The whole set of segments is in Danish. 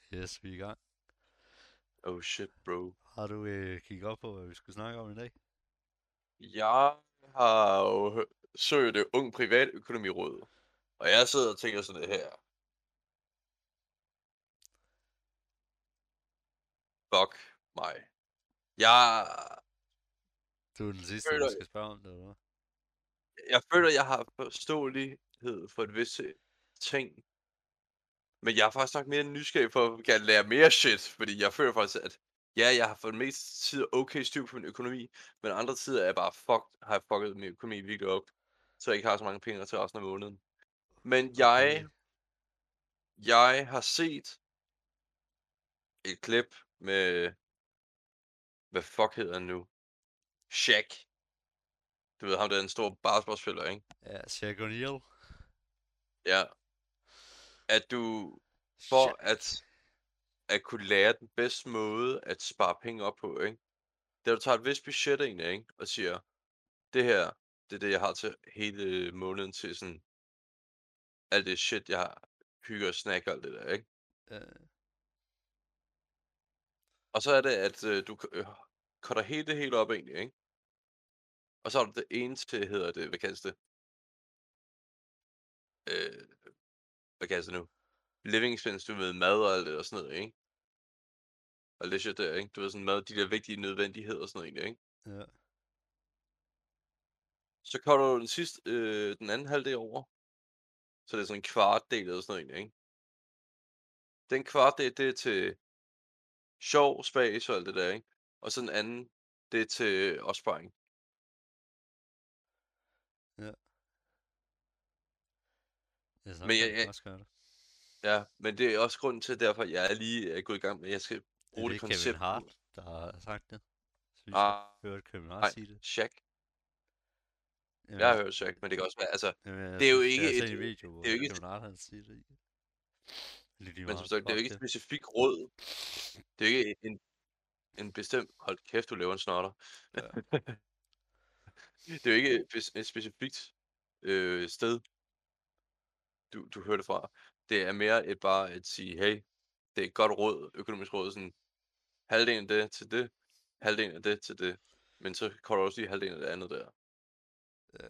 Yes, vi er i gang. Oh shit, bro. Har du kigget op på, hvad vi skulle snakke om i dag? Jeg har jo søgt det Ung Privatøkonomiråd, og jeg sidder og tænker sådan her. Fuck mig. Jeg Du er den sidste, der føler, skal spørge om det, eller hvad? jeg har forståelighed for et visse ting, men jeg er faktisk nok mere nysgerrig for at gerne lære mere shit, fordi jeg føler faktisk, at ja, jeg har for det meste tid okay styr på min økonomi, men andre tider er jeg bare har jeg fucket min økonomi virkelig op, så jeg ikke har så mange penge til resten af måneden. Men Okay. jeg har set et klip med, hvad fuck hedder han nu? Shaq. Du ved ham, der er en stor basketballspiller, ikke? Ja, Shaq O'Neal. Ja. At du for Shaq. at kunne lære den bedste måde at spare penge op på, ikke? Da du tager et vist budget egentlig, ikke? Og siger, det her, det er det, jeg har til hele måneden til sådan alt det shit, jeg har. Hygge og snack og alt det der, ikke? Uh, Og så er det, at du cutter hele det hele op egentlig, ikke? Og så er der det ene til, hedder det, hvad kaldes det? Øh, hvad kaldes det nu? Living expense, du ved, mad og alt det og sådan noget, ikke? Og det shit der, ikke? Du ved sådan mad, de der vigtige nødvendigheder og sådan noget egentlig, ikke? ja. Så kommer du den anden halvdel over, så det er sådan en kvart del eller sådan noget egentlig, ikke? Den kvart del, det er til sjov, spas og alt det der, ikke? Og så den anden, det er til opsparing. Ja. Ja, sådan Men kan jeg, man jeg, også gøre det. ja, men det er også grunden til, derfor jeg er lige gået i gang med, at jeg skal Er bruge det det Kevin koncept ud. Hart, der har sagt det? Synes jeg. Ah, Hørt Kevin Hart nej, sige det. Shaq. Jamen, Jeg har hørt Shaq, men det kan også være, altså, jamen, jeg det er jo synes, jeg har ikke set et, en video, det er hvor jo ikke Kevin Hart han siger det. Lidt lige men som meget. sagt, det er jo Fuck ikke et det. specifikt råd. Det er jo ikke en bestemt, hold kæft, du laver en snotter. Ja. Det er jo ikke et specifikt sted, du hører det fra. Det er mere bare at sige, hey, det er et godt råd, økonomisk råd, sådan halvdelen af det til det, halvdelen af det til det. Men så kommer du også lige halvdelen af det andet der. Ja.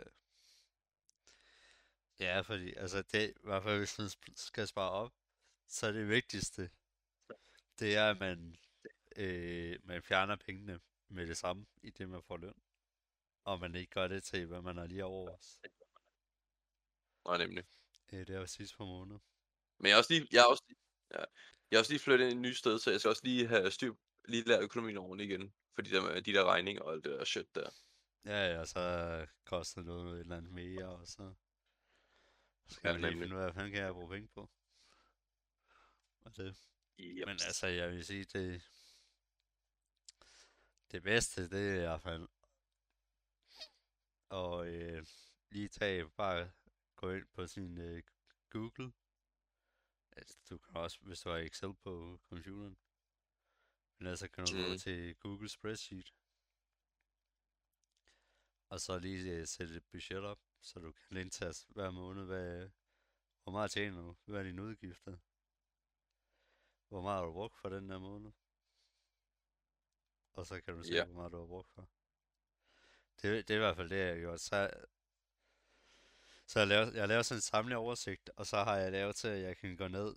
Ja, fordi altså det, i hvert fald hvis man skal spare op, så er det vigtigste, det er, at man fjerner pengene med det samme, i det man får løn. Og man ikke gør det til, hvad man har lige over os. Nej, nemlig. Det er jo sidst på måned. Men ja, jeg er også lige flyttet ind i et nyt sted, så jeg skal også lige have lige lære økonomien ordentligt igen. For de der regninger og alt det der shit der. Ja, ja, så koster noget et eller andet mere, og så skal Ja, man lige nemlig. finde ud af, hvad fanden kan jeg bruge penge på. Og det. Men Jeps. altså, jeg vil sige, det bedste, det er i hvert fald at lige bare gå ind på sin Google. Altså, du kan også, hvis du har Excel på computeren, men altså kan du gå Mm, til Google Spreadsheet, og så lige sætte et budget op, så du kan indtaste hver måned, hvor meget tjener du, hvad er dine udgifter, hvor meget har du brugt for den der måned, og så kan du se, ja. hvor meget du har brugt for. Det er i hvert fald det, jeg har gjort. Så jeg laver sådan en samlet oversigt, og så har jeg lavet til, at jeg kan gå ned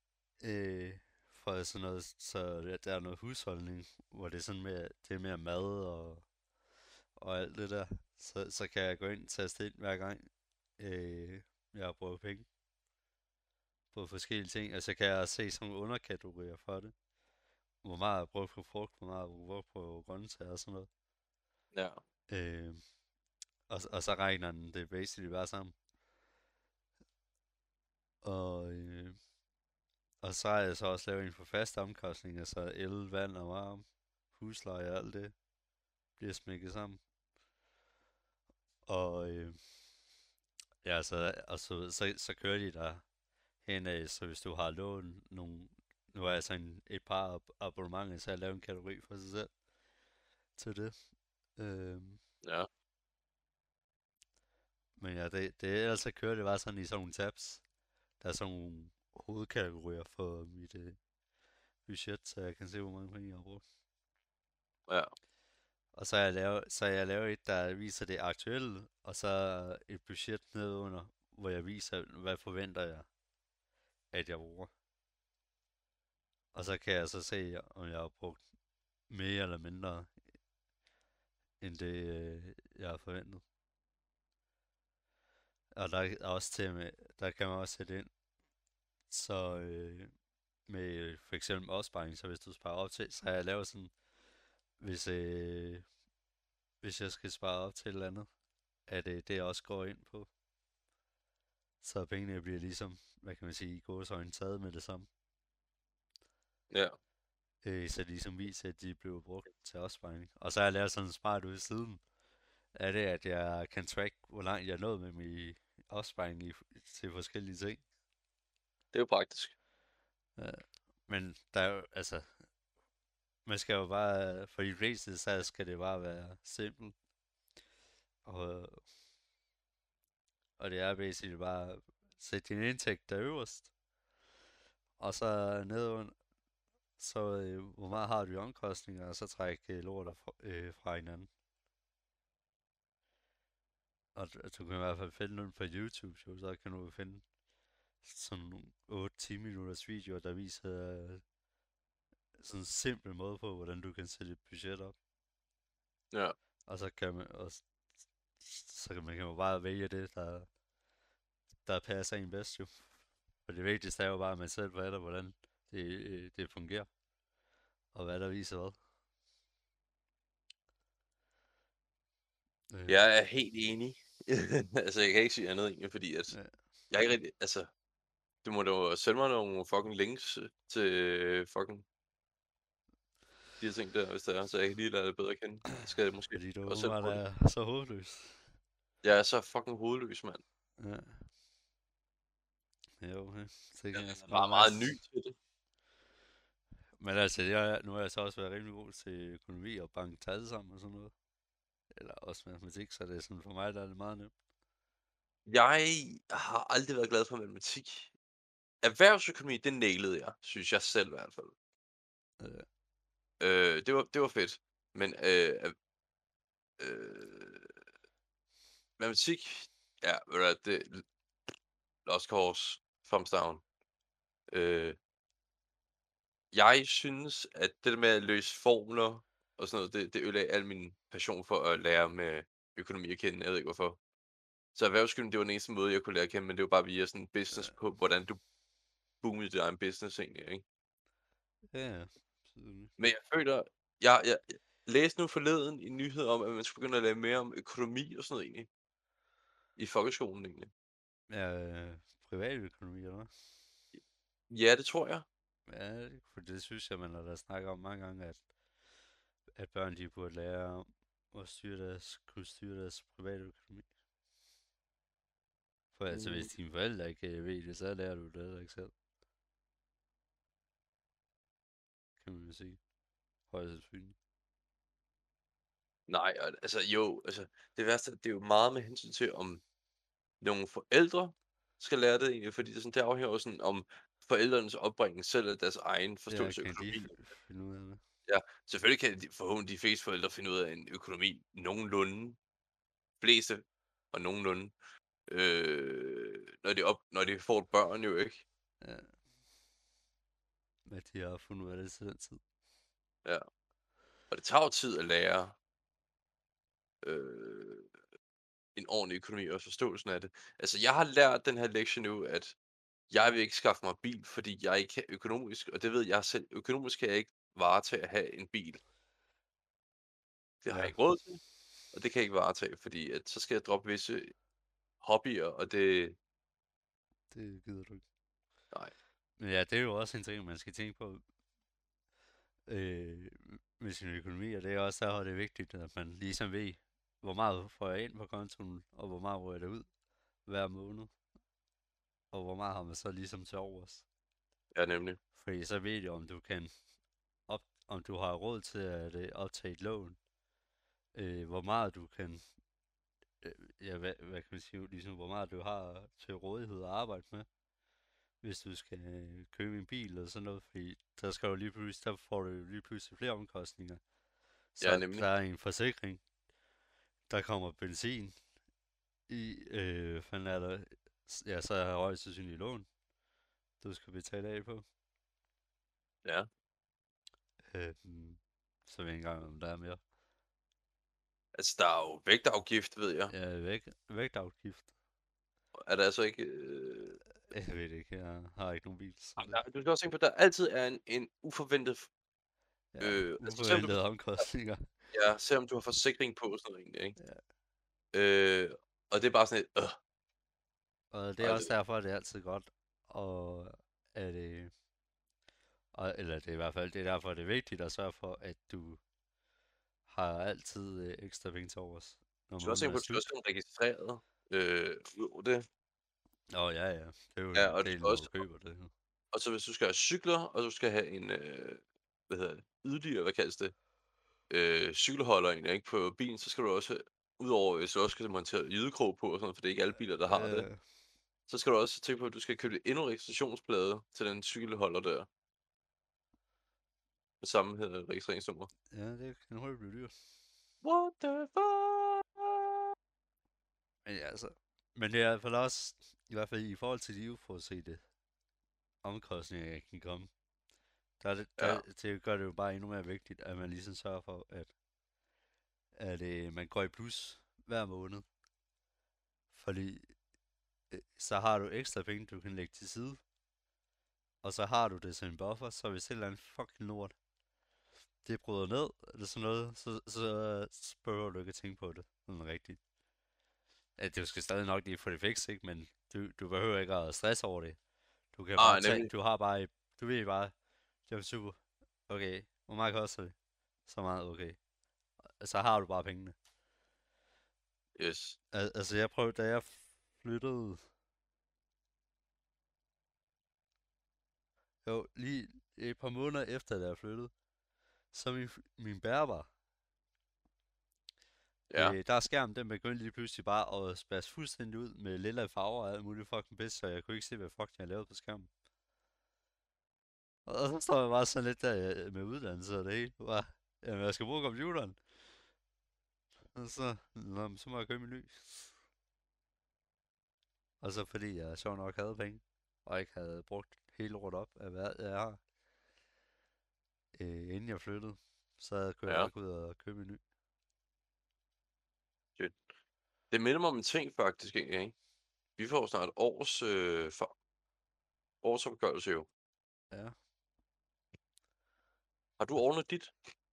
for sådan noget, så der er noget husholdning, hvor det er sådan mere, det er mere mad og alt det der. Så kan jeg gå ind og taste ind hver gang, jeg har brugt penge på forskellige ting, og så kan jeg se sådan nogle underkategorier for det. Hvor meget jeg har brugt på frugt, hvor meget jeg har brugt på grøntsager og sådan noget. Ja. Øh, og så regner den det basically bare sammen. Og, og så har jeg så også lavet en for faste omkostninger, så el, vand og varme, husleje og alt det bliver smækket sammen. Og ja, så kører de der henad, så hvis du har lån nu har jeg så et par abonnementer, så jeg lavet en kategori for sig selv til det. Øhm, Ja. men ja, det ellers så kører det bare sådan i sådan nogle tabs. Der er sådan nogle hovedkategorier for budget, så jeg kan se, hvor mange penge jeg har brugt. Ja. Og så har jeg lavet et, der viser det aktuelle, og så et budget nedunder, hvor jeg viser, hvad forventer jeg, at jeg bruger. Og så kan jeg så se, om jeg har brugt mere eller mindre, end det, jeg har forventet. Og der er også til med, der kan man også sætte ind, så med for eksempel opsparing, så hvis du sparer op til, så har jeg lavet sådan, hvis, hvis jeg skal spare op til et eller andet, at det også går ind på, så pengene bliver ligesom, hvad kan man sige, i gåseøjne taget med det samme. Ja. Så de ligesom viser, at de blev brugt til opsparing. Og så har jeg lavet sådan en smart ud i siden, af det, at jeg kan track, hvor langt jeg er nået med min opsparing til forskellige ting. Det er jo praktisk. Ja. Men der er jo, altså, man skal jo bare, for de fleste, så skal det bare være simpelt. Og, og det er basically bare at sætte din indtægt der øverst. Og så nedenunder, så hvor meget har du i omkostninger, og så trække lortet fra hinanden. Og du kan i hvert fald finde noget på YouTube, så kan du finde sådan nogle 8-10 minutters videoer, der viser sådan en simpel måde på, hvordan du kan sætte et budget op. Ja. Og så kan man også, så kan man jo bare vælge det, der passer en bedst jo. For det vigtigste er jo bare, at man selv ved, hvordan det fungerer. Og hvad der viser hvad. Jeg er helt enig. Altså, jeg kan ikke sige andet egentlig, fordi at Ja. jeg er ikke rigtig, altså, du må da sende mig nogle fucking links til fucking de her ting der, hvis det er, så jeg kan lige lære det bedre at kende. Skal jeg måske Fordi du også selv åbenbart prøve det. er så håbløs. Jeg er så fucking hovedløs, mand. Ja. Jo, det kan Jeg jeg er sgu bare meget ny til det. Men altså, nu har jeg så også været rimelig god til økonomi og banke tal sammen og sådan noget. Eller også matematik, så det er sådan for mig, der er det meget nemt. Jeg har aldrig været glad for matematik. Erhvervsøkonomi, det nailede jeg, synes jeg selv i hvert fald. Det var fedt. Men øh, matematik, ja, ved du hvad, det lost cause, thumbs down. Øh, jeg synes, at det der med at løse formler og sådan noget, det ødelagde al min passion for at lære med økonomi at kende. Jeg ved ikke hvorfor. Så erhvervsskolen, det var den eneste måde, jeg kunne lære at kende, men det var bare via sådan business på, hvordan du boomede din egen business egentlig, ikke? Ja, selvfølgelig. Men jeg føler, jeg læste nu forleden en nyhed om, at man skulle begynde at lære mere om økonomi og sådan noget egentlig, i folkeskolen egentlig. Ja, privatøkonomi, eller hvad? Ja, det tror jeg. Ja, for det synes jeg, man har da snakket om mange gange, at børn de burde lære om at kunne styre deres privatøkonomi. For altså, hvis Mm, dine forældre ikke ved det, så lærer du det heller ikke selv, kan man jo sige. Højst sandsynligt. nej, altså jo, altså det værste, det er jo meget med hensyn til, om nogle forældre skal lære det egentlig, fordi det afhænger jo sådan om forældrenes opbringning selv af deres egen Ja, forståelse af kan de økonomi. finde ud af det? Ja, selvfølgelig kan forhåbentlig de fleste forældre finde ud af en økonomi nogenlunde, fleste og nogenlunde, når de får et børn jo, ikke? Ja, hvad de har fundet ud af det til den tid. Ja, og det tager jo tid at lære øh, en ordentlig økonomi og forståelsen af det. Altså, jeg har lært den her lektie nu, at jeg vil ikke skaffe mig bil, fordi jeg ikke kan økonomisk, og det ved jeg selv, økonomisk kan jeg ikke varetage at have en bil. Det har jeg Ja, ikke råd til, og det kan jeg ikke varetage, fordi at så skal jeg droppe visse hobbyer, og det det gider du ikke. nej. Men ja, det er jo også en ting, man skal tænke på øh, med sin økonomi, og det er også derfor, det er vigtigt, at man ligesom ved, hvor meget får jeg ind på kontoen, og hvor meget rører det ud hver måned, og hvor meget har man så ligesom til overs. Ja, nemlig. Fordi så ved du, om du har råd til at optage et lån, hvor meget du kan, ja, hvad kan man sige, ligesom hvor meget du har til rådighed at arbejde med, hvis du skal købe en bil eller sådan noget, fordi der skal du lige pludselig, der får du lige pludselig flere omkostninger. Ja, Så der nemlig. er en forsikring, der kommer benzin i, fanden er der, ja, så er højst sandsynligt lån, du skal betale af på. Ja. Øh, så ved jeg ikke engang, om der er mere. Altså, der er jo vægtafgift, ved jeg. Ja, vægtafgift. Er der altså ikke... Jeg ved det ikke, jeg har ikke nogen bil, så det, Du skal også tænke på, at der altid er en uforventet... ja, altså, selvom du, uforventede omkostninger. ja, selvom du har forsikring på og sådan noget egentlig, ikke? Ja. Og det er bare sådan et... Og det er også aldrig. derfor, at det er altid godt, og at eller det er i hvert fald, det er derfor, det er vigtigt at sørge for, at du har altid ekstra penge til overs, når Du skal også måneden tænke er på, at du skal slut. også have den registreret. ud over det. Ja, ja, det er jo Ja, en og du del, skal når du også... køber det. Jo. Og så hvis du skal have cykler, og du skal have en... hvad hedder det? Yderligere, hvad kaldes det? Cykelholder egentlig, ikke? På bilen, så skal du også... Udover hvis du også skal montere jydekrog på og sådan noget, for det er ikke alle biler, der har det. Øh, Så skal du også tænke på, at du skal købe endnu en registrationsplade til den cykelholder der. Med samme registreringsnummer. ja, det kan hurtigt blive dyrt. What the fuck? Men ja, altså, men det er i hvert fald også, i hvert fald i forhold til de uforudsete omkostninger, jeg kan komme, Ja, det gør det jo bare endnu mere vigtigt, at man ligesom sørger for, at man går i plus hver måned. Fordi så har du ekstra penge, du kan lægge til side. Og så har du det som en buffer, så hvis et eller andet fucking lort, det bryder ned, eller sådan noget, så behøver du ikke at tænke på det, sådan rigtigt. At du skal stadig nok lige få det fikset, ikke? Men du behøver ikke at stresse over det. Du kan bare tage, nemlig. du har bare, du ved bare, det er super, okay, hvor meget koster det? Så meget, okay. Så har du bare pengene. Yes. Altså jeg prøvede, da jeg flyttede, jo, lige et par måneder efter, da jeg flyttede, så min bærbar, Ja. der er skærmen, den begyndte lige pludselig bare at spasse fuldstændig ud med lilla farver og alt muligt fucking bedst, så jeg kunne ikke se, hvad fuck jeg lavede på skærmen. Og så står jeg bare sådan lidt der med uddannelse og det hele. Bare, jamen, jeg skal bruge computeren. Og så, nå, men så må jeg købe en ny. Og så fordi jeg sjov nok havde penge, og ikke havde brugt hele lort op af hvad jeg har, inden jeg flyttede, så kunne jeg Ja. bare gå ud og købe en ny. Shit. Det minder mig om en ting faktisk egentlig, ikke? Vi får snart årsopgørelse jo. Ja, Har du ordnet dit?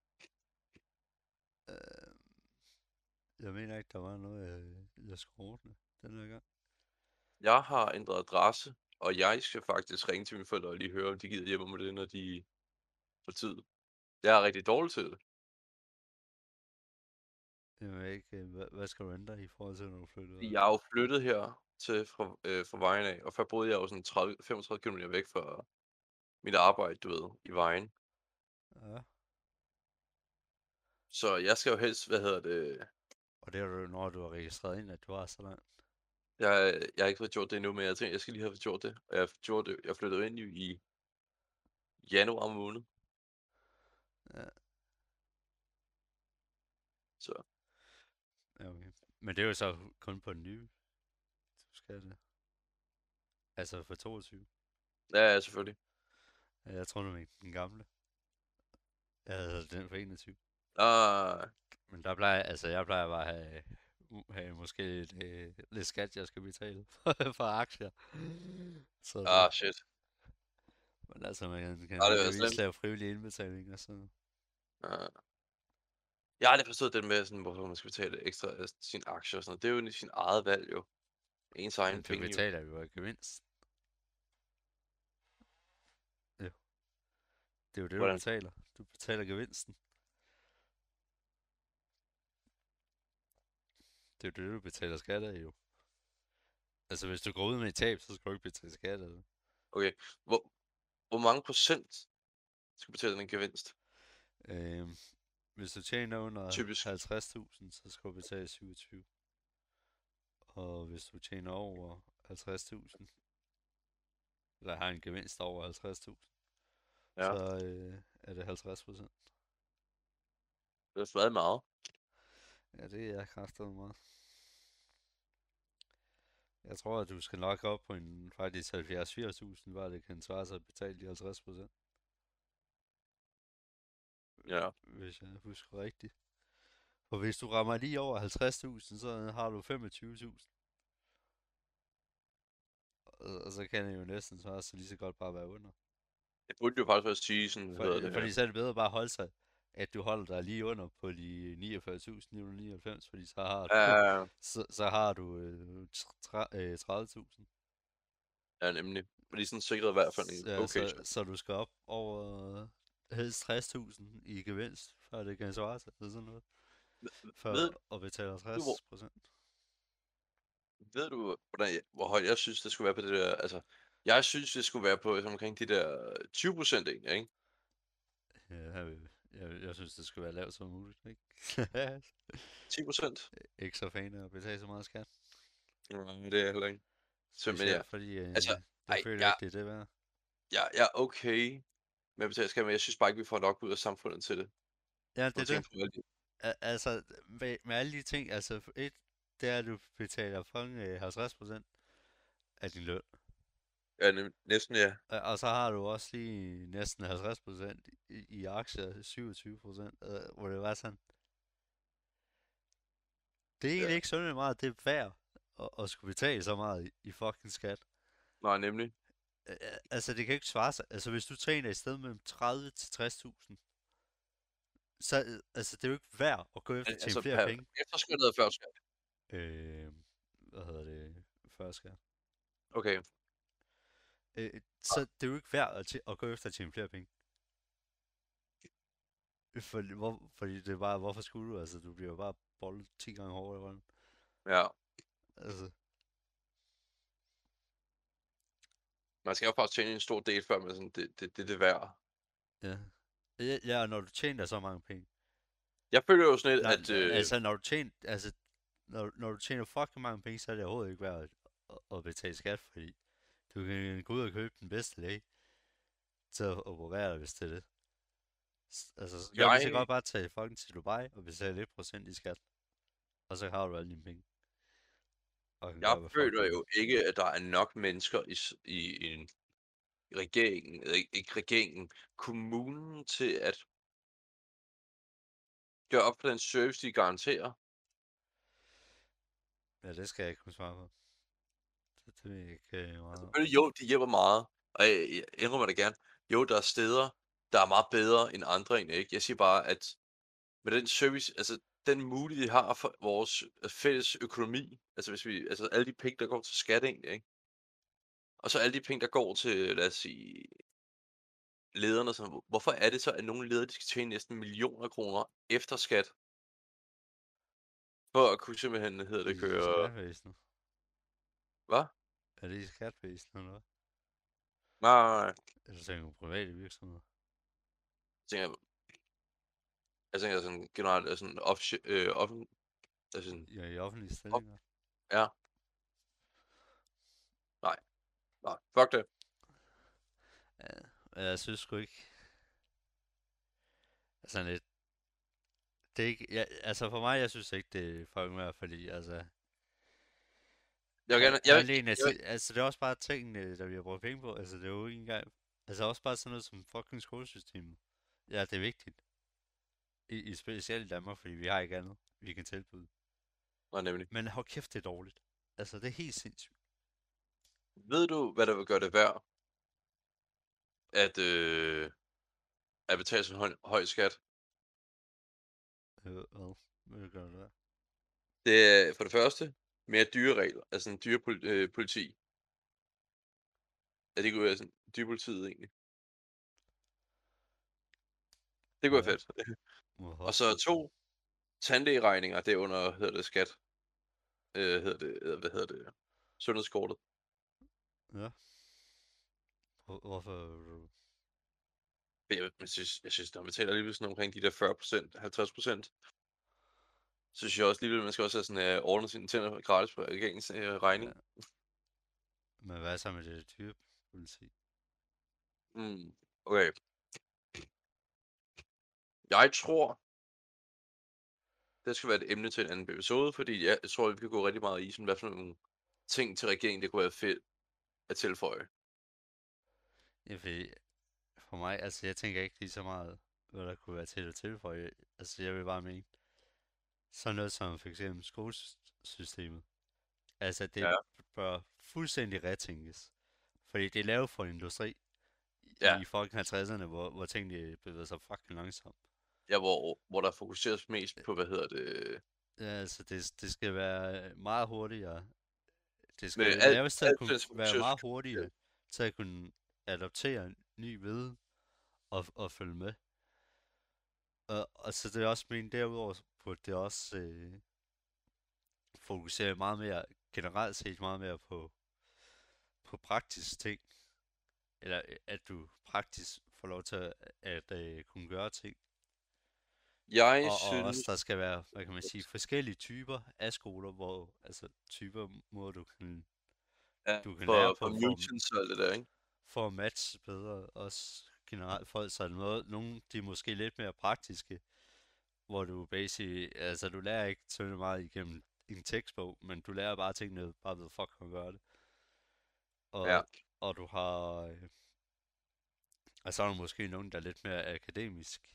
øh, jeg mener ikke, der var noget, jeg skulle ordne den her gang. Jeg har ændret adresse, og jeg skal faktisk ringe til mine forældre og lige høre, om de gider hjemme med det, når de får tid. Jeg er rigtig dårlig til det. Jeg ved ikke, hvad skal du ændre i forhold til, når du flyttede? Fordi jeg er jo flyttet her til fra Vejen af, og før boede jeg jo sådan 35 km væk fra mit arbejde, du ved, i Vejen. Ja, Så jeg skal jo helst, hvad hedder det, og det er du, når du har registreret ind, at du har så langt. jeg har ikke fået gjort det endnu, men jeg tænkte, jeg skal lige have gjort det. Og jeg flyttede ind i januar måned, Ja, så ja, okay. Men det er jo så kun på den nye, du skal det. Altså for 22. ja, selvfølgelig. Ja, jeg tror du mente den gamle. Jeg havde den for 21. Ah, Men jeg plejer bare at have måske lidt skat, jeg skal betale for aktier. Så det, shit. men altså, man kan Ah, det var heldigvis slemt. lave frivillige indbetalinger, så Ah. Jeg har aldrig forstået det med, sådan, hvorfor man skal betale ekstra af sine aktier og sådan noget. Det er jo sin eget valg jo. Ens egen men du penge jo. betaler jo af gevinst. Ja, det er jo det, du Hvordan? betaler. Du betaler gevinsten. Det er jo det, du betaler skat af, jo. Altså, hvis du går ud med et tab, så skal du ikke betale skat af det. Okay. Hvor mange procent skal betale den gevinst? Øhm, Hvis du tjener under Typisk. 50.000, så skal du betale 27. Og hvis du tjener over 50.000, der har en gevinst over 50.000, Ja, så er det 50%. det er stadig meget. Ja, det er kraftigt meget. Jeg tror, at du skal nok op på en faktisk 70-80.000, var det kan svare sig at betale de 50%, Ja. hvis jeg husker rigtigt. For hvis du rammer lige over 50.000, så har du 25.000. Og så kan det jo næsten svare sig lige så godt bare være under. Det burde jo faktisk være season, hvad hedder Fordi det. så er det bedre bare at holde sig, at du holder dig lige under på de 49.999, fordi Ja, så har du 30.000. ja, nemlig. Lige sådan sikret i hvert fald en Ja, okay sum. så du skal op over helst 60.000 i gevinst, før det kan svare sig, eller sådan noget. Ved For at betale du, hvor, 50%. ved du hvor højt jeg synes, det skulle være på det der, altså, jeg synes, det skulle være på omkring de der 20% egentlig, ikke? Ja, jeg synes, det skal være lavt som muligt, ikke? 10%? Ikke så fan af at betale så meget skat. Nej, det er jeg heller ikke. Så, men ja, Specielt fordi, altså, jeg ej, føler ikke, det er det værd. jeg er okay med at betale skat, men jeg synes bare ikke, vi får nok ud af samfundet til det. Ja, Når det man er det. tænker på alle de... Altså, med alle de ting, altså, det er, at du betaler fucking 50% af din løn. Ja, næsten ja. Og så har du også lige næsten 50% i aktier, 27%, hvor det var sådan. Det er Ja. egentlig ikke så meget, det er værd at skulle betale så meget i fucking skat. Nej, nemlig. Altså, det kan ikke svare sig. Altså, hvis du tjener et sted mellem 30 til 60.000, så altså, det er jo ikke værd at gå efter at tjene Altså, flere penge. efter skat eller før skat? Hvad hedder det? Før skat. Okay. Så det er jo ikke værd at gå efter at tjene flere penge. Fordi det er bare, hvorfor skulle du? Altså, du bliver jo bare bollet 10 gange hårdere i røven. Ja. Altså, Man skal jo faktisk tjene en stor del, før man sådan, det er værd. ja. Ja, og når du tjener så mange penge. Jeg føler jo sådan lidt, Nej, at... altså, når du tjener fucking mange penge, så er det overhovedet ikke værd at betale skat, fordi du kan gå ud og købe den bedste læge til at operere dig, hvis det er det. Altså, så kan du lige så jeg, godt bare tage fucking til Dubai og betale 1% i skat. Og så har du alle dine penge. Og kan jeg gøre, hvad fuck føler du vil. jo ikke, at der er nok mennesker i en regeringen, eller ikke regeringen, kommunen til at gøre op for den service, de garanterer. Ja, det skal jeg ikke kunne svare på. Det ved jeg ikke Altså, meget om. selvfølgelig jo, de hjælper meget, og jeg indrømmer det gerne. Jo, der er steder, der er meget bedre end andre egentlig, ikke? Jeg siger bare, at med den service, altså den mulighed, vi har for vores fælles økonomi, altså hvis vi, altså alle de penge, der går til skat egentlig, ikke? Og så alle de penge, der går til, lad os sige, lederne, så hvorfor er det så, at nogle ledere, de skal tjene næsten millioner kroner efter skat, for at kunne simpelthen, hedder det, I køre... skatvæsenet. Hvad? Er det i skatvæsenet eller hvad? Nej, nej, nej. Eller tænker du private virksomheder? Jeg tænker, jeg tænker sådan generelt, altså sådan altså sådan, Ja, i offentlige op, stillinger. ja, nej, nej, fuck det. Ja, jeg synes sgu ikke. Altså lidt. Det er ikke, ja, altså for mig, jeg synes ikke, det er fucking værd, fordi altså... Jeg vil gerne, Halvdelen af jeg vil, altså det er også bare tingene, der bliver brugt penge på. Altså det er jo ikke engang... Altså også bare sådan noget som fucking skolesystemet. Ja, det er vigtigt. I specielt i Danmark, fordi vi har ikke andet, vi kan tilbyde. nej, nemlig. Men hold kæft, det er dårligt. Altså det er helt sindssygt. Ved du, hvad der vil gøre det værd, at, at betale sådan høj skat? Hvad? Hvad gør det der? Det er for det første mere dyre regler, altså en dyre politi. Ja, det kunne være sådan dyrepolitiet egentlig. Det kunne være Ja, fedt. Og hvorfor? så 2 tandlægeregninger, det er under, hedder det, skat. Hedder det, hvad hedder det? Sundhedskortet. Ja. Hvorfor? Jeg synes, når man betaler alligevel sådan omkring de der 40%, 50%, så synes jeg også alligevel, man skal også have sådan, ordnet sine tænder gratis på regeringens Ja. regning. Men hvad så med det dyre politi. Okay. Jeg tror, det skal være et emne til en anden episode, fordi jeg tror, vi kan gå rigtig meget i, sådan, hvad for nogle ting til regeringen, det kunne være fedt at tilføje. Ja, fordi for mig, altså jeg tænker ikke lige så meget, hvad der kunne være til at tilføje. Altså jeg vil bare mene, sådan noget som for eksempel skolesystemet. Altså det Ja, bør fuldstændig retænkes. Fordi det er lavet for en industri ja, i fucking 50'erne, hvor tingene bevæger sig fucking langsomt. ja, hvor der fokuseres mest på, hvad hedder det, Ja, altså det skal være meget hurtigere. Det med skal alt, laves til at alt kunne det, være fokuseres meget på. hurtigere, til at kunne adoptere ny viden og følge med. Og så det er også meningen derudover på, det er også fokuserer meget mere, generelt set meget mere på praktiske ting. Eller at du praktisk får lov til at kunne gøre ting. Jeg Og også synes, der skal være, hvad kan man sige, forskellige typer af skoler, hvor altså typer måder ja, du kan lære for på mutants og alt det der, ikke? for at matche bedre, også generelt folk, så er der nogle, de er måske lidt mere praktiske, hvor du basic, altså du lærer ikke så meget igennem en tekstbog, men du lærer bare tingene, bare ved fuck at gøre det. Ja, Og du har, og så er der måske nogen, der er lidt mere akademisk,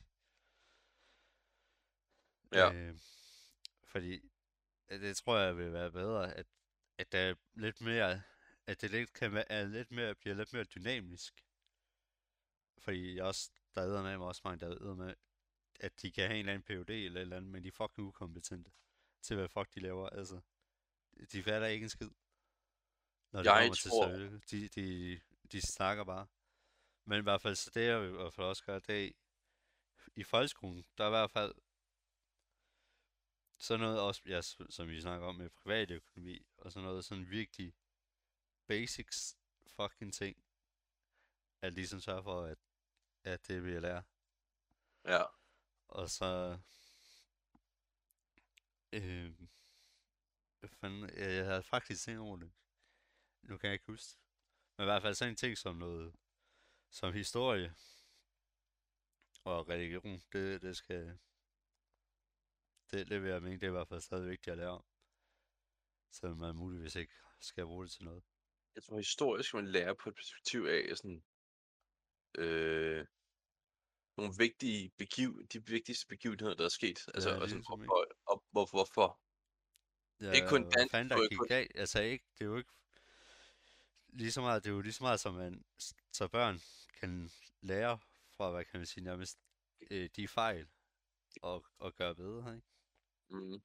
ja. øh, fordi det tror jeg vil være bedre, at der er lidt mere, at det lidt kan være, er lidt mere, bliver lidt mere dynamisk, fordi også, der er med mig også mange, der ved med, at de kan have en eller anden PhD eller et eller andet, men de er fucking ukompetente til, hvad fuck de laver. Altså, de fatter ikke en skid, når det Jeg kommer til tror, søge. De snakker bare. Men i hvert fald, så det jeg i hvert fald også gør, det er, i folkeskolen, der er i hvert fald sådan noget også, ja, som vi snakker om med privatøkonomi, og sådan noget sådan virkelig basics fucking ting, at ligesom sørge for, at det vil jeg lære. ja. Og så, øh, hvad fanden, jeg havde faktisk tænkt over det. Nu kan jeg ikke huske. Men i hvert fald sådan en ting som noget, som historie og religion, det skal, det vil jeg mene, det er i hvert fald stadig vigtigt at lære om. Selvom man muligvis ikke skal bruge det til noget. Jeg tror, historisk skal man lære på et perspektiv af sådan, øh, nogle de vigtigste begivenheder, der er sket. Det Altså, er og sådan, ligesom ikke. hvorfor. Ikke Ja, kun hvad dansk, fanden der ikke gik kun, galt? Altså ikke, det er jo ikke lige så meget, det er jo lige så meget som man, så børn kan lære fra, hvad kan man sige, nærmest de fejl og gøre bedre, ikke? mm,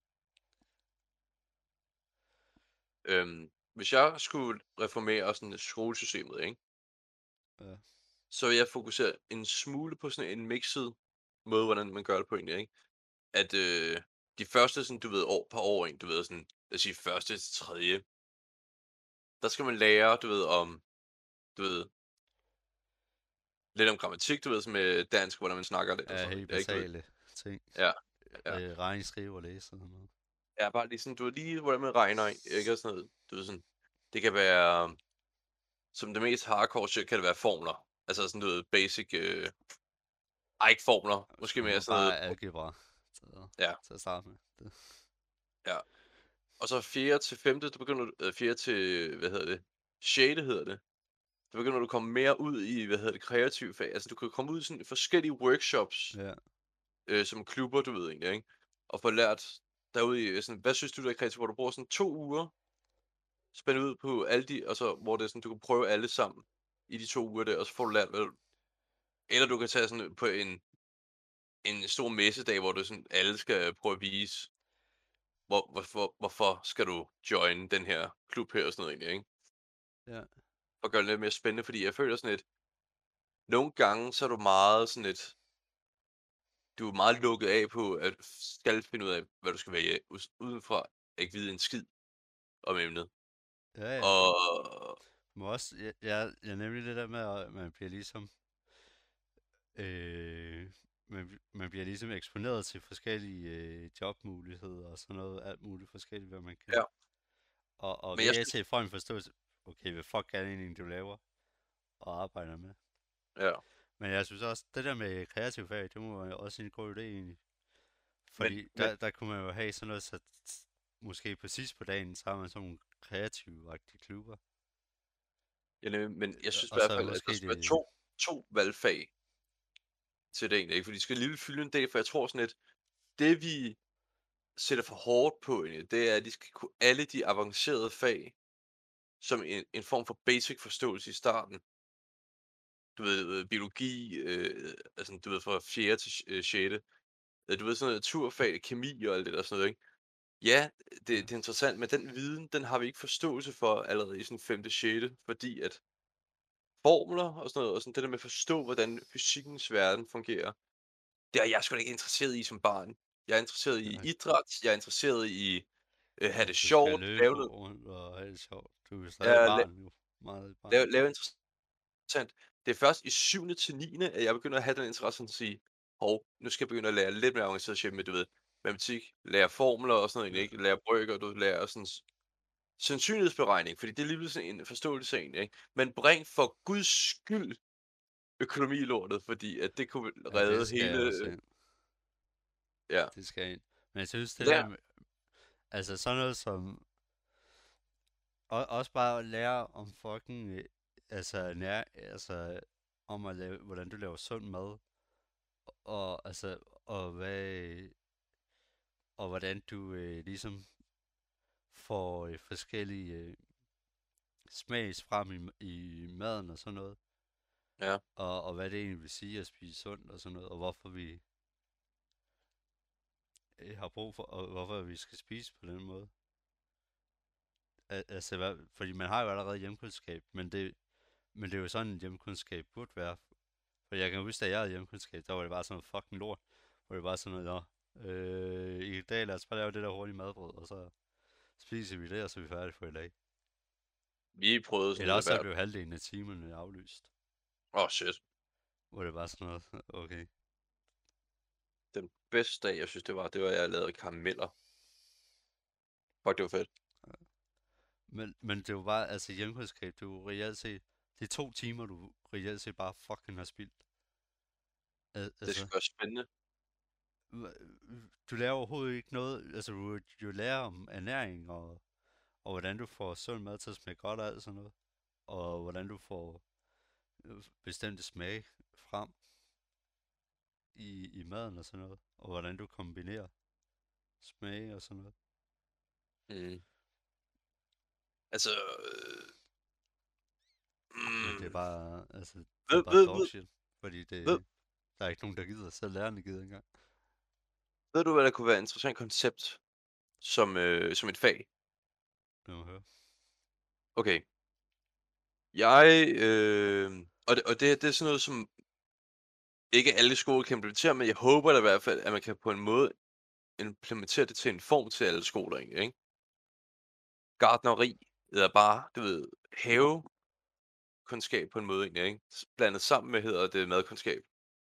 hvis jeg skulle reformere sådan skolesystemet, ikke? Ja, Så vil jeg fokusere en smule på sådan en mixet måde, hvordan man gør det på egentlig, ikke? At, de første sådan, du ved, par år, ikke? Du ved, sådan, lad os sige første til tredje, der skal man lære, du ved, om, du ved, lidt om grammatik, du ved, sådan med dansk, hvordan man snakker lidt og er sådan noget, helt ikke? Du ved, basale ting. ja, ja. Regn, skrive og læse og sådan noget. Ja, bare lige sådan, du ved, lige hvordan man regner, ikke? Og sådan noget, du ved, sådan, det kan være, som det mest hardcore shit, kan det være formler. Altså sådan, du ved, basic, ej, ikke formler, måske Det mere var sådan noget, bare algebra ja, til at starte med. Det. ja. Og så 4. til 5., der begynder du 4. til, hvad hedder det, 6. hedder det. Der begynder du at komme mere ud i, hvad hedder det, kreative fag. Altså, du kan komme ud i sådan forskellige workshops, Ja, som klubber, du ved egentlig, ikke? Og få lært derude i, sådan, hvad synes du, der er kreativt, hvor du bruger sådan 2 uger, spændt ud på alle de, og så, hvor det er sådan, du kan prøve alle sammen i de 2 uger der, og så får du lært, hvad du, eller du kan tage sådan på en stor messedag, hvor du sådan, alle skal prøve at vise, hvorfor skal du join den her klub her og sådan noget egentlig, ikke? ja. For at gøre det lidt mere spændende, fordi jeg føler sådan lidt, nogle gange, så er du meget sådan lidt, du er meget lukket af på, at skal finde ud af, hvad du skal vælge, udenfra at ikke vide en skid om emnet. Ja, ja. Og Men også, jeg nemlig det der med, at man bliver ligesom, man bliver ligesom eksponeret til forskellige jobmuligheder og sådan noget, alt muligt forskelligt, hvad man kan. ja, Og men jeg det er synes, til for en forståelse, okay, hvad fuck er det egentlig, du laver? og arbejder med. Ja. Men jeg synes også, det der med kreativ fag, det må være også en god idé egentlig. Fordi Men der kunne man jo have sådan noget, så måske præcis på dagen, så har man sådan nogle kreative-agtige klubber. men jeg synes i Og hvert så fald, at der måske skal være det, to valgfag til det egentlig, ikke? For de skal alligevel fylde en del, for jeg tror sådan lidt, det vi sætter for hårdt på egentlig, det er, at de skal kunne alle de avancerede fag, som en form for basic forståelse i starten. Du ved, biologi, altså du ved fra 4. til 6. Du ved sådan noget naturfag, kemi og alt det der sådan noget, ikke? Ja, ja, det er interessant, men den viden, den har vi ikke forståelse for allerede i sådan 5. 6. Fordi at formler og sådan noget, og sådan det der med at forstå, hvordan fysikkens verden fungerer, det er jeg sgu da ikke interesseret i som barn. Jeg er interesseret i ja, idræt, jeg er interesseret i have det at du skal sjovt, løbe lave noget, rundt og have det sjovt. Du er jo stadig ja, barn jo. Meget barn. lave interessant. Det er først i 7. til 9., at jeg begynder at have den interesse at sige, hov, nu skal jeg begynde at lære lidt mere avanceret shit med, du ved, matematik, lære formler og sådan noget, Ja, ikke? Lære brøker, du lærer sådan sandsynlighedsberegning, fordi det er lige pludselig en forståelse af en, ikke? Men bring for guds skyld økonomi i lortet, fordi at det kunne ja, det redde skal hele, jeg også ind. ja. Det skal jeg ind. Men jeg synes, det der Lær, med, altså sådan noget som, også bare at lære om fucking, altså om at lave, hvordan du laver sund mad, og altså, og hvad, og hvordan du ligesom får forskellige smags frem i maden og sådan noget, ja. og hvad det egentlig vil sige at spise sundt og sådan noget, og hvorfor vi har brug for, og hvorfor vi skal spise på den måde. Altså, fordi man har jo allerede hjemkundskab, men det er jo sådan, en hjemkundskab burde være. For jeg kan huske, da jeg havde hjemkundskab, der var det bare sådan noget fucking lort. Hvor det bare sådan noget, i dag lad os bare lave det der hurtige madbrød, og så spiser vi det, og så er vi færdige for i dag. Vi prøvede sådan Eller lidt af også så hvert. blev halvdelen af timerne aflyst. Shit. Hvor det bare sådan noget, okay. Den bedste dag, jeg synes, det var, at jeg lavede karameller. Fuck, det var fedt. Men det er jo bare, altså hjemkundskab, det er jo reelt set, det er 2 timer, du reelt set bare fucking har spildt. Det Altså, skal være spændende. du lærer overhovedet ikke noget, altså du lærer om ernæring, og hvordan du får sund mad til at smage godt og alt sådan noget. Og hvordan du får bestemte smage frem i maden og sådan noget. Og hvordan du kombinerer smage og sådan noget. Mm. Altså, Men det er mm, bare, altså, det er ved, bare ved, dog ved, shit. Fordi ved, der er ikke nogen, der gider. Selv lærerne gider ikke engang. ved du, hvad der kunne være et interessant koncept som et fag? Det må høre. Okay. Jeg, og det er sådan noget, som ikke alle skoler kan implementere, men jeg håber da i hvert fald, at man kan på en måde implementere det til en form til alle skoler egentlig, ikke? Gartneri, eller bare, du ved, havekundskab på en måde egentlig, ikke? Blandet sammen med, hedder det, madkundskab.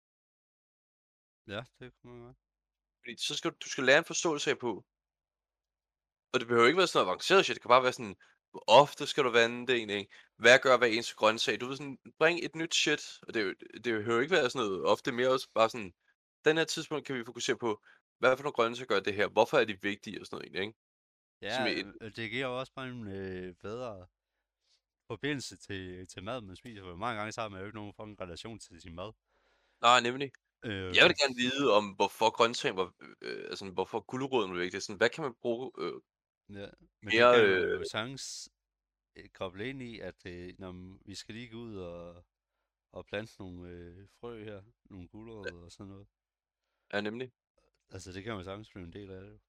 Ja, det kunne man godt. Fordi så skal du skal lære en forståelse af på, og det behøver ikke være sådan noget avanceret shit, det kan bare være sådan, hvor ofte skal du vande det egentlig, ikke? Hvad gør hver eneste grøntsag? Du ved sådan, bring et nyt shit, og det behøver ikke være sådan noget, ofte mere også bare sådan, den her tidspunkt kan vi fokusere på, hvad for nogle grøntsager gør det her? Hvorfor er de vigtige og sådan noget egentlig, ikke? Som Ja, et, det giver jo også bare en bedre forbindelse til mad, man spiser. For mange gange så har man jo ikke nogen fucking relation til sin mad. nej, nemlig. Jeg Øh, vil gerne vide om, hvorfor grøntsagen var, altså hvorfor guleroden var vigtig. Sådan, hvad kan man bruge ja. Men det mere, kan du jo sagtens koble ind i, at vi skal lige gå ud og plante nogle frø her, nogle gulerødder og sådan noget. ja, nemlig. Altså, det kan man sagtens blive en del af det. Jo.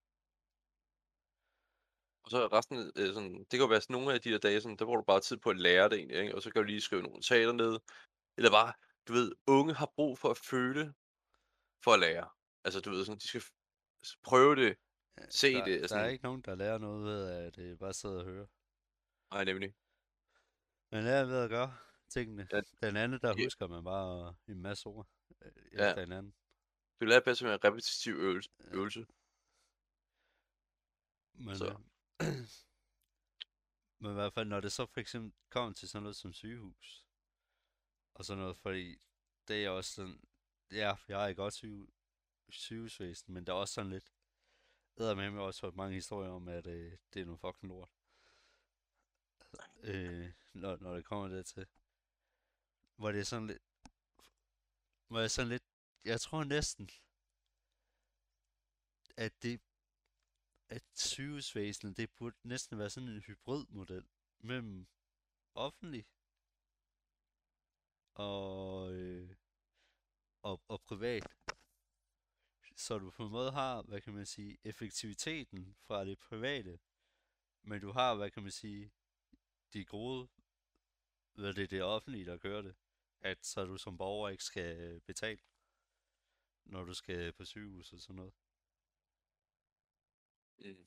Og så resten, sådan, det kan jo være sådan nogle af de der dage, sådan, der bruger du bare tid på at lære det egentlig, ikke? Og så kan du lige skrive nogle notater ned. Eller bare, du ved, unge har brug for at føle for at lære. Altså, du ved, sådan, de skal prøve det, Ja, se Der, det, der er sådan, ikke nogen, der lærer noget ved at bare sidde og høre. nej, nemlig. Man lærer ved at gøre tingene. Ja, Den anden, der ja, husker man bare en masse ord ja. efter hinanden. Du lærer bedst med en repetitiv Ja, øvelse. Men, Så, men i hvert fald, når det så for eksempel kommer til sådan noget som sygehus, og sådan noget, fordi det er også sådan, ja, jeg er et godt sygehusvæsen, men der er også sådan lidt, med også hørt mange historier om, at det er noget fucking lort, når det kommer dertil. Hvor det er sådan lidt, hvor jeg sådan lidt, jeg tror næsten, at at sygehusvæsenet, det burde næsten være sådan en hybridmodel mellem offentlig og, og privat. Så du på en måde har, hvad kan man sige, effektiviteten fra det private, men du har, hvad kan man sige, de gode, hvad det er det offentlige, der kører det. At så du som borger ikke skal betale, når du skal på sygehus og sådan noget. Mm.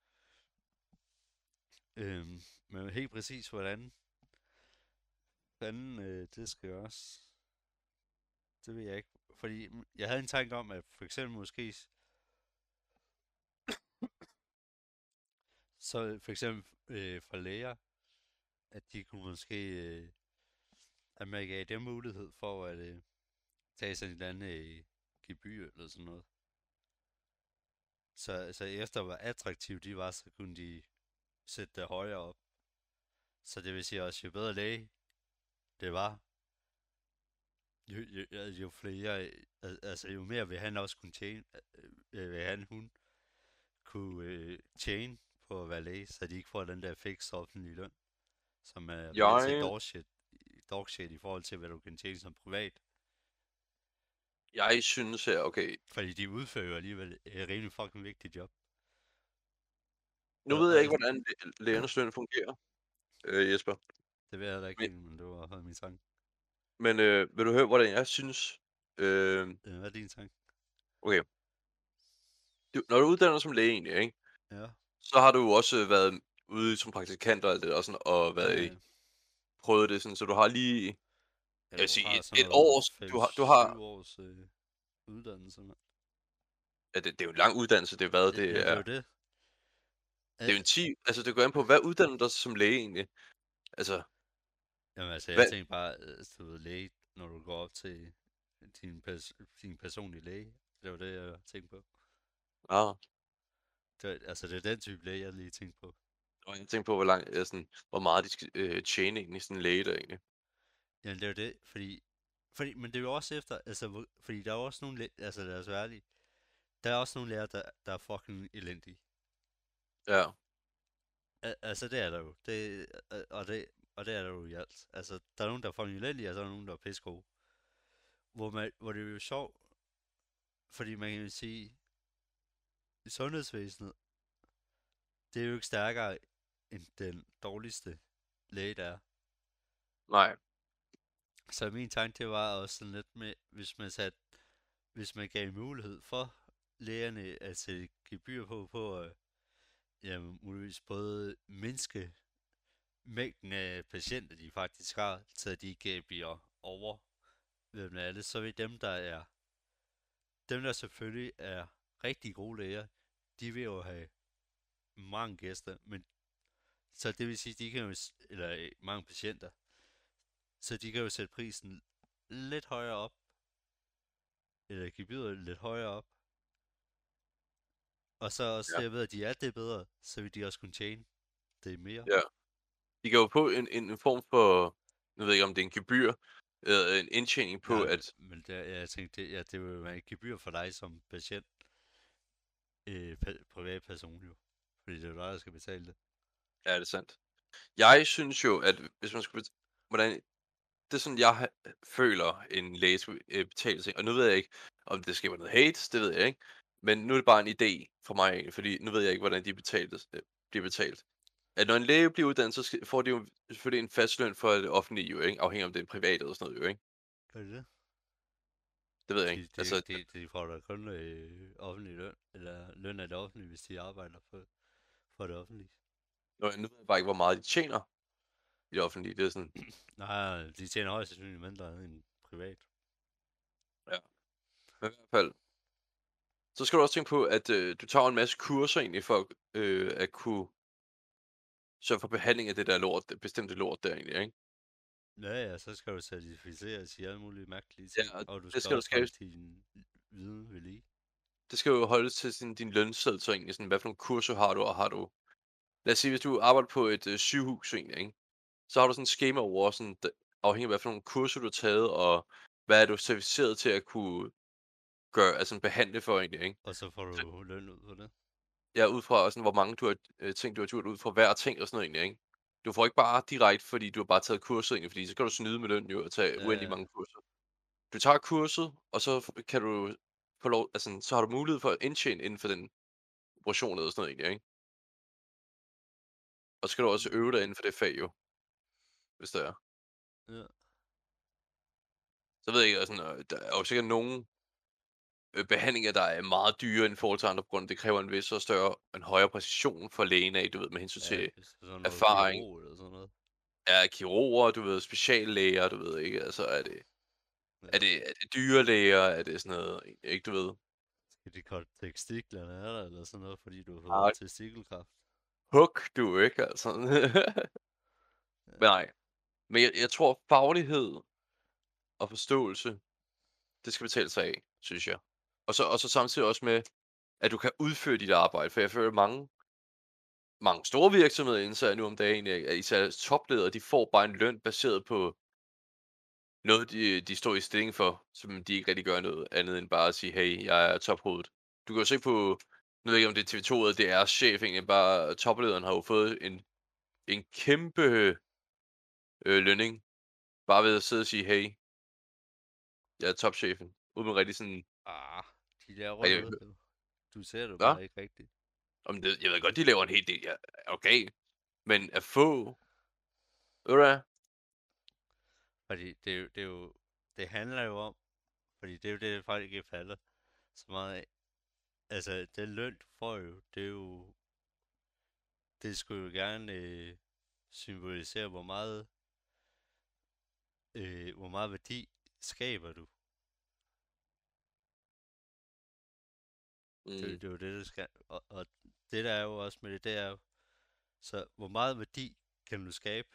Men helt præcis, hvordan det skal gøres, det ved jeg ikke. Fordi jeg havde en tanke om, at for eksempel måske, så for eksempel for læger, at de kunne måske, at man gav dem mulighed for at tage sådan et eller andet gebyr eller sådan noget. Så efter hvor attraktive de var, så kunne de sætte det højere op. Så det vil sige også, jo bedre læge det var, jo flere, altså jo mere vil han også kunne tjene, vil hun kunne tjene på at være læge, så de ikke får den der fix offentlige løn, som er reelt set Jeg, dog shit i forhold til, hvad du kan tjene som privat. jeg synes her, okay, Fordi de udfører jo alligevel et rimelig fucking vigtigt job. nu ved jeg ikke, hvordan lægernes løn fungerer, Jesper. Det ved jeg heller ikke Men, helt, men det var min tanke. men vil du høre, hvordan jeg synes? Hvad er din tanke? Okay, når du uddanner dig som læge egentlig, ikke? Ja, Så har du jo også været ude som praktikant og alt det der, og sådan, og ja, været ja. prøvet det sådan, så du har lige, Ja, jeg vil du sige, har sådan et noget års, du har, 5-7 års uddannelse, mand. ja, det er jo en lang uddannelse, det er hvad, Ja, det er jo det. det er jo Øh, en 10, altså det går an på, hvad uddanner du dig som læge egentlig? Altså, Jamen altså, jeg hvad, tænker bare, du ved, læge, når du går op til din personlige læge. Det var det, jeg tænkte på. ah, Altså, det er den type læge, jeg lige tænkte på. og jeg tænker på, sådan, hvor meget de skal tjene egentlig, sådan en læge der egentlig. Jamen, det er jo det, men det er jo også efter, altså, fordi der er jo også nogle altså lad os være ærlige, der er også nogle læger, der er fucking elendige. Ja, Altså, det er der jo. Og det er der jo i alt. Altså, der er nogen, der er fucking elendige, og så er der nogen, der er pisse gode. Hvor det er jo sjovt, fordi man kan jo sige, i sundhedsvæsenet, det er jo ikke stærkere end den dårligste læge, der er. nej, Så min tanke, det var også sådan lidt med, hvis man gav mulighed for lægerne at sætte gebyr på at jamen, muligvis både mindske mængden af patienter, de faktisk har, så de ikke bliver overvældende af det, så vil dem, der selvfølgelig er rigtig gode læger, de vil jo have mange gæster, men så det vil sige, de kan jo, eller mange patienter, så de kan jo sætte prisen lidt højere op, eller gebyret lidt højere op, og så også ja, derved, at de er det bedre, så vil de også kunne tjene det mere. ja. De kan jo på en form for, jeg ved ikke, om det er en gebyr, en indtjening på, Ja, at, men jeg tænkte, det vil jo være et gebyr for dig som patient, privatperson jo, fordi det er jo dig, der skal betale det. ja, det er sandt. Jeg synes jo, at hvis man skulle, hvordan, det er sådan, jeg føler, en læge skulle betale sig, og nu ved jeg ikke, om det skaber noget hate, det ved jeg ikke, men nu er det bare en idé for mig egentlig, fordi nu ved jeg ikke, hvordan de bliver betalt. At når en læge bliver uddannet, så får de jo selvfølgelig en fast løn for det offentlige jo, ikke? Afhængig om det er privat eller sådan noget jo, ikke? Gør det det? Det ved jeg ikke. Altså, De får da kun offentlig løn, eller løn af det offentlige, hvis de arbejder for det offentlige. nu ved jeg bare ikke, hvor meget de tjener i det offentlige. Det er sådan, Nej, de tjener højst sandsynligt mindre end privat. ja. Men i hvert fald, så skal du også tænke på, at du tager en masse kurser egentlig for at kunne sørge for behandling af det der lort, det bestemte lort der egentlig, ikke? Ja, så skal du certificeres i alle mulige mærkelige Ja, ting, og og du det skal skal du også skabe. holde din viden ved lige. Det skal jo holdes til din lønseddel, så egentlig sådan, hvad for nogle kurser har du, og har du lad os sige, hvis du arbejder på et, sygehus egentlig, ikke? Så har du sådan et skema over sådan afhængig af hvad for nogle kurser du har taget, og hvad er du certificeret til at kunne gøre altså behandle for egentlig, ikke? Og så får Så du løn ud på det. ja, ud fra sådan, hvor mange du har ting, du har gjort ud fra hver ting og sådan noget egentlig, ikke? Du får ikke bare direkte, fordi du har bare taget kurset egentlig, fordi så kan du snyde med løn jo, og tage uendelig Ja, mange kurser. Du tager kurset, og så kan du få lov altså, så har du mulighed for at indtjene inden for den operation eller sådan noget egentlig, ikke? Og så skal du også øve dig mm, inden for det fag jo, hvis det er. ja, Så ved jeg ikke, altså, der er jo sikkert nogle, behandlinger, der er meget dyrere end i forhold til andre, på grund af det kræver en vis og en højere præcision for lægen af, du ved, med hensyn ja, til hvis det er sådan noget erfaring. kirurg eller sådan noget. Er kirurger, du ved, speciallæger, du ved ikke, altså Ja, er det dyrlæger, er det sådan noget, ikke, du ved? skal de korte testiklerne af dig, eller sådan noget, fordi du har fået Ah, testikelkræft. hug du, ikke, altså. Men nej, men jeg tror faglighed og forståelse, det skal betale sig af, synes jeg. Og så samtidig også med, at du kan udføre dit arbejde, for jeg føler mange store virksomheder indser nu om dagen, at især topledere, de får bare en løn baseret på noget, de står i stilling for, som de ikke rigtig gør noget andet end bare at sige: "Hey, jeg er tophovedet." Du kan jo se på, nu ved jeg ikke, om det er TV2 eller DR's chef egentlig, bare toplederen har jo fået en kæmpe, lønning, bare ved at sidde og sige: "Hey, jeg er topchefen." Uden man rigtig sådan Ah, de laver rigtig noget, jo. Du ser det hvad? bare ikke rigtigt. Om det jeg ved godt, de laver en hel del, ja, okay, men at få ved du hvad? Fordi det handler jo om, fordi det er jo det, folk ikke falder så meget af. Altså, den løn, du får jo, det skulle jo gerne symbolisere, hvor meget værdi skaber du. Mm, Det er jo det, du skal. Og det der er jo også med det, det er jo, så hvor meget værdi kan du skabe,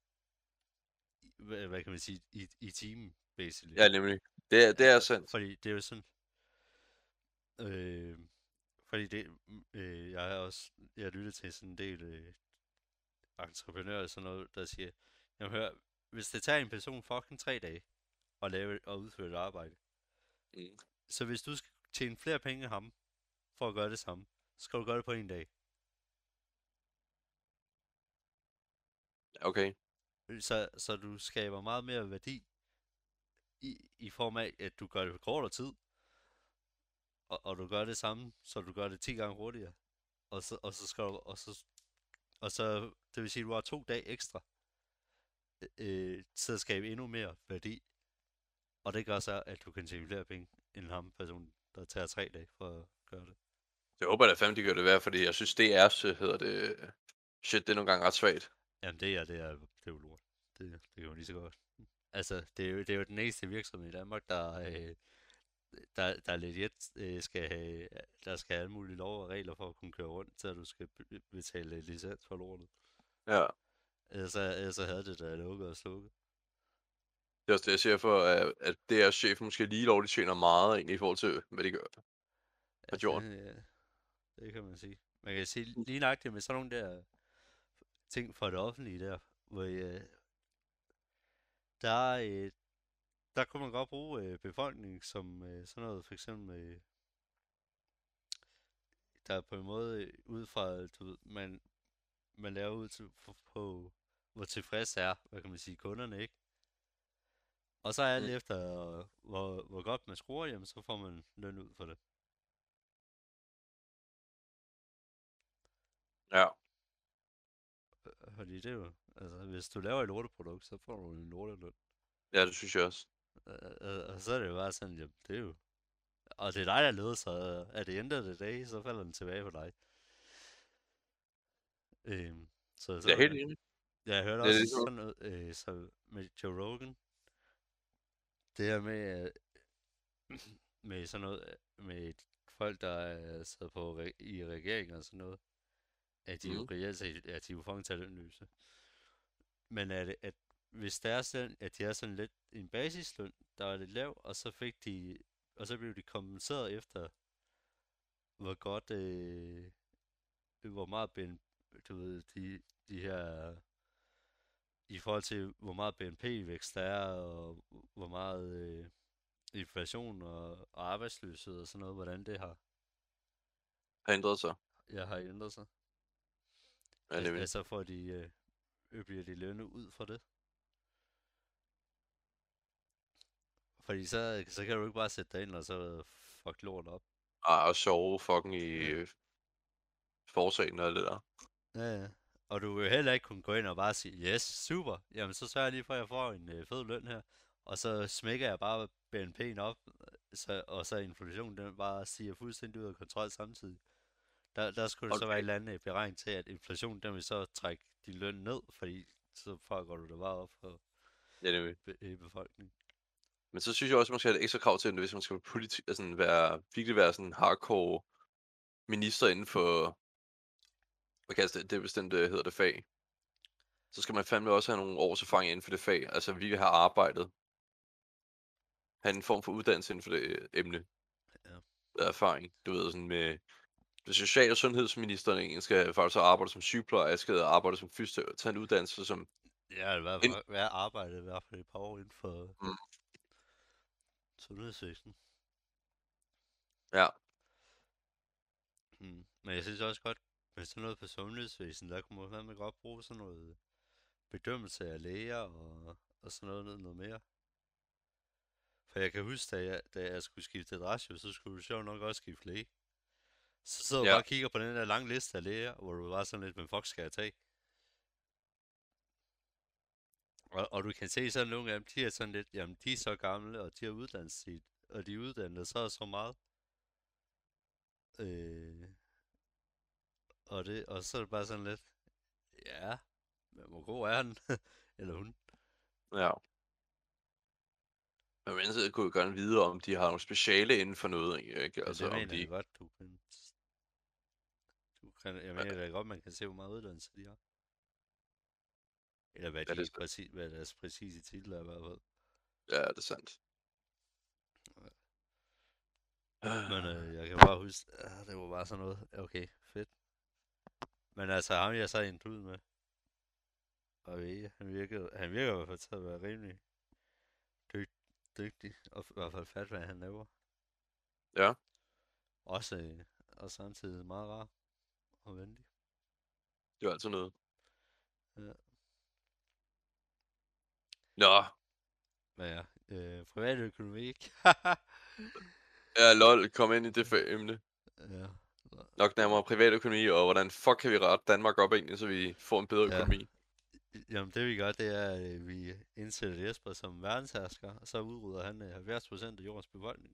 hvad kan man sige, i timen, basically. ja, nemlig. Det er sandt. Fordi det er jo sådan, øh, fordi jeg har også, jeg har lyttet til sådan en del entreprenører og sådan noget, der siger, jamen hør, hvis det tager en person fucking 3 dage at lave og udføre et arbejde, Mm, så hvis du skal tjene flere penge end ham, for at gøre det samme, så skal du gøre det på en dag. okay. Så du skaber meget mere værdi i form af, at du gør det på kortere tid, og du gør det samme, så du gør det 10 gange hurtigere. Og så skal du, og så, det vil sige, at du har 2 dage ekstra til at skabe endnu mere værdi. Og det gør så, at du kan tjene flere penge, end ham person, der tager 3 dage for at gøre det. Jeg håber da fandme, de gør det værd, fordi jeg synes, DR's, hedder det, shit, det er nogle gange ret svagt. Jamen det er jo lort. Det kan jo lige så godt. Altså, det er jo den eneste virksomhed i Danmark, der legit der skal have alle mulige lov og regler for at kunne køre rundt, så du skal betale licens for lortet. Ja, Ellers så havde det da lukket og slukket. det er også det, jeg siger for, at DR's chef måske lige lovligt tjener meget egentlig i forhold til, hvad de gør Ja, på jorden. det kan man sige. Man kan sige lige nøjagtigt med sådan nogle der ting for det offentlige der, hvor der, øh, der kunne man godt bruge befolkningen som sådan noget, for eksempel, der på en måde ud fra, du ved, man laver ud til, på, hvor tilfreds er, hvad kan man sige, kunderne, ikke? Og så alt Mm, efter, hvor godt man scorer, jamen så får man løn ud for det. ja, Fordi det er jo, altså hvis du laver et lorteprodukt, så får du en lorteløn. ja, det synes jeg også. Og så er det jo bare sådan, jamen det er jo, og det er dig, der leder, så er det end af the day, så falder den tilbage på dig. Så Jeg er sådan er helt det. enig. Jeg hørte Det er også ligesom, sådan noget, så med Joe Rogan, det her med sådan noget, med folk, der er sad i regeringen og sådan noget, at de jo mm, reelt set, at de jo fucking talentløse. Men at hvis det er sådan, at de har sådan lidt en basisløn, der er lidt lav, og så blev de kompenseret efter, hvor godt, hvor meget du ved, de her, i forhold til, hvor meget BNP-vækst der er, og hvor meget inflation og arbejdsløshed og sådan noget, hvordan det Har ændret sig. har ændret sig. Ja, nemlig. Altså får bliver de lønnet ud fra det. Fordi så kan du ikke bare sætte dig ind og så fuck lort op. Og sove fucking i Ja. forsagen og alt det der. Ja, ja. Og du vil heller ikke kunne gå ind og bare sige, yes, super, jamen så sørger jeg lige for, at jeg får en fed løn her. Og så smækker jeg bare BNP'en op, og så inflationen den bare stiger fuldstændig ud af kontrol samtidig. Der skulle det så være et Okay. eller andet beregning til, at inflationen den vil så trække din løn ned, fordi så fucker du det bare op for Ja, nemlig. befolkningen. Men så synes jeg også, at man skal have et ekstra krav til det, hvis man skal altså, virkelig være sådan hardcore minister inden for, hvad kaldes det bestemte, hedder det, fag. Så skal man fandme også have nogle års erfaring inden for det fag. Altså virkelig have arbejdet. Have en form for uddannelse inden for det emne. Ja. Erfaring. Du ved, sådan med social- og sundhedsministeren egentlig skal faktisk arbejde som sygeplejerske og arbejde som fysio, tage en uddannelse som Jeg har i hvert ind, fald været arbejdet i hvert fald et par år inden for mm, sundhedsvæsenet. ja, Men jeg synes også godt, med sådan noget på sundhedsvæsenet, der kunne man fandme godt bruge sådan noget bedømmelse af læger og sådan noget mere. For jeg kan huske, da jeg skulle skifte adresse, så skulle du sjovt nok også skifte læge. Så sidder du ja, bare og kigger på den der lange liste af læger, hvor du bare sådan lidt, men fuck skal jeg tage? Og du kan se sådan nogle af dem, de er sådan lidt, jamen de er så gamle, og de har uddannelse, og de er uddannet så meget. Øh, og så er det bare sådan lidt, ja, men hvor god er han? Eller hun? ja. Men mennesket kunne jo gerne vide, om de har nogle speciale inden for noget, ikke? Ja, Altså det om mener de, jeg godt, jeg mener da godt, man kan se, hvor meget uddannelse de har. Eller ja, det, hvad deres præcise titel er i hvert fald. ja, det er sandt. Men jeg kan bare huske, det var bare sådan noget, okay, fedt. Men altså, ham jeg så endte ud med, og han virker i hvert fald til at være rimelig dygtig, og i hvert fald fat, hvad han laver. Ja, Også, og samtidig meget rar og venlig. det var altid noget. Ja. Nå, Men ja, privatøkonomi, ikke? ja, lol, kom ind i det emne. Ja, Nok nærmere privatøkonomi, og hvordan fuck kan vi rette Danmark op egentlig, så vi får en bedre ja. økonomi. Jamen det vi gør, det er, at vi indsætter Jesper som verdenshersker, og så udrydder han 70% af jordens befolkning.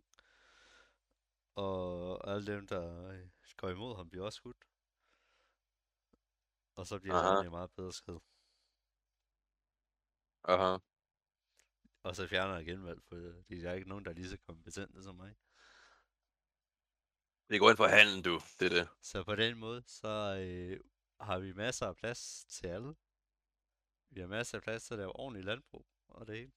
Og alle dem, der går imod ham, bliver også skudt. Og så bliver verden Aha, jo meget bedre sted. aha. Og så fjerner jeg genvalg, fordi der er ikke nogen, der er lige så kompetente som mig. Det går ind for handel, du. Det er det. Så på den måde, så har vi masser af plads til alle. Vi har masser af plads til at lave ordentligt landbrug og det hele.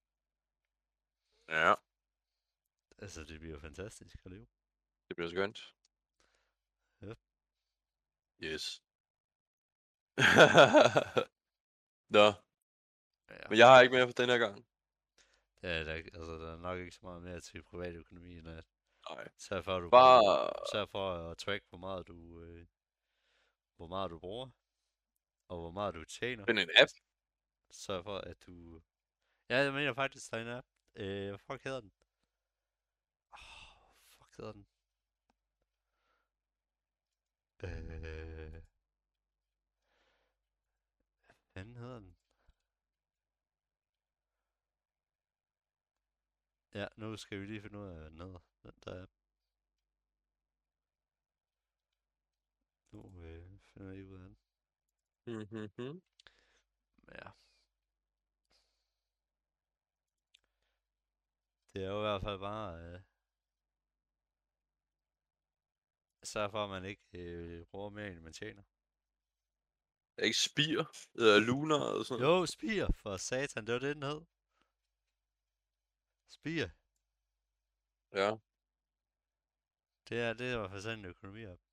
Ja, Altså, det bliver jo fantastisk at leve. det bliver skønt. Ja. Yes. Nå, Ja, men jeg har ikke mere for den her gang. der er nok ikke så meget mere til privatøkonomi, end at Nej. sørg for, at Bare sørg for at track, hvor meget du bruger, og hvor meget du tjener. find en app. Sørg for, at du... Ja, jeg mener faktisk, der er en app. Hvad fuck hedder den? Fuck hedder den? Hvad fanden hedder den? Ja, nu skal vi lige finde ud af, hvad den hedder. Den der app. Nu finder jeg ud af den. Mhm. Men ja, det er jo i hvert fald bare... sørg for, at man ikke bruger mere, end man tjener. Er ikke Spir? Eller Lunar eller sådan noget? Jo, Spire, for satan, det var det, den hed. Spire. Ja. Det var for sådan en økonomi op.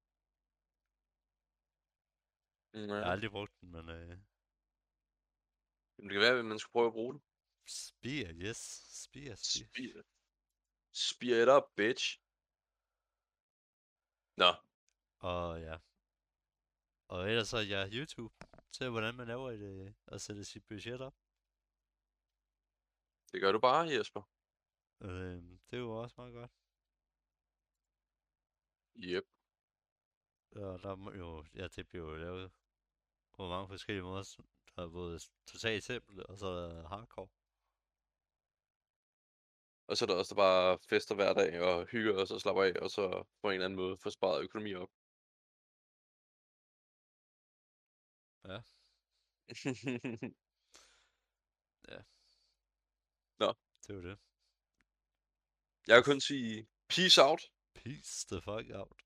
Jeg har Ja. aldrig brugt den, men Jamen, det kan være, at man skulle prøve at bruge den. Spire, yes. Spire. Spir. Spir it up, bitch. Nå. Og ja. Og ellers så jeg YouTube til, hvordan man laver at sætte sit budget op. Det gør du bare, Jesper. Det er jo også meget godt. Yep. Og der må jo, ja, det bliver jo lavet på mange forskellige måder. Der er både totalt simple, og så er der hardcore. Og så er der også der bare fester hver dag og hygger os og slapper af, og så på en eller anden måde få sparet økonomi op. Ja. Ja. Nå. Det var det. Jeg kan kun sige peace out. Peace the fuck out.